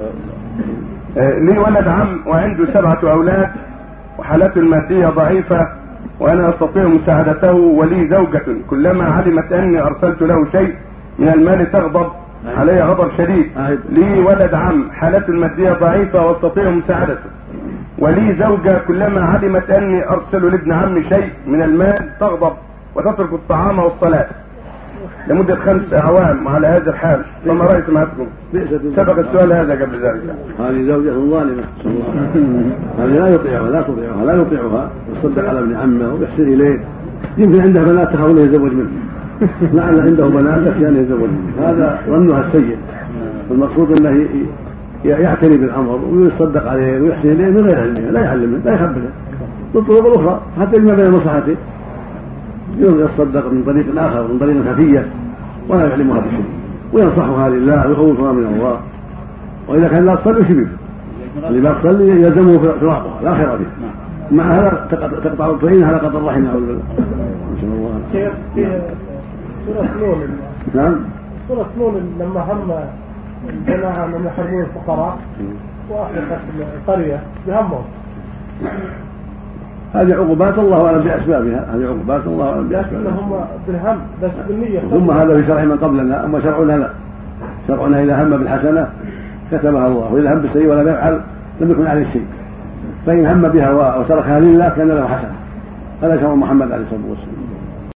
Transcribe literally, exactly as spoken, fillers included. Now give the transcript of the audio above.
لي ولد عم وعنده سبعة أولاد وحالته المادية ضعيفة وأنا أستطيع مساعدته، ولي زوجة كلما علمت أني أرسلت له شيء من المال تغضب علي غضب شديد. لي ولد عم حالته المادية ضعيفة وأستطيع مساعدته، ولي زوجة كلما علمت أني أرسل لابن عمي شيء من المال تغضب وتترك الطعام والصلاة لمدة خمس أعوام على هذا الحال، فما رأي سمعتكم؟ سبق السؤال هذا قبل ذلك. هذه زوجة ظالمة، هذه لا يطيعها لا تطيعها لا يطيعها، يصدق على ابن عمه ويحسن إليه. يمكن عنده بنات تخاف انه يتزوج منه، لعل عنده بنات يخشى ان يتزوج منه، هذا ظنها السيء. المقصود انه يعتني بالامر ويصدق عليه ويحسن اليه من غير علمه، لا يعلمه لا يخبره بالطرق الاخرى حتى يجمع بين مصلحته، يصدق من طريق اخر من طريق خفيه ولا يعلمها بشيء، وينصحها لله ويخوفها من الله. واذا كان لا تصلي يشبه اللي لا تصلي يلزمه فراقها لا خير فيه، مع هذا تقطع الطعين على قطع الرحم نعوذ بالله. ان شاء الله. في سورة نون نعم سورة نون لما هم الجماعة من يحاربون الفقراء وأحرقت القرية بهمهم، هذه عقوبات الله اعلم باسبابها، هذه عقوبات الله اعلم باسبابها. هم بالهم بس بالنية. ثم هذا في شرع من قبلنا، اما شرعنا لا، شرعنا اذا هم بالحسنه كتبها الله، واذا هم بالسيئه ولم يفعل لم يكن عليه شيء، فان هم بها وتركها لله كان له حسنه. هذا شرع محمد عليه الصلاه والسلام.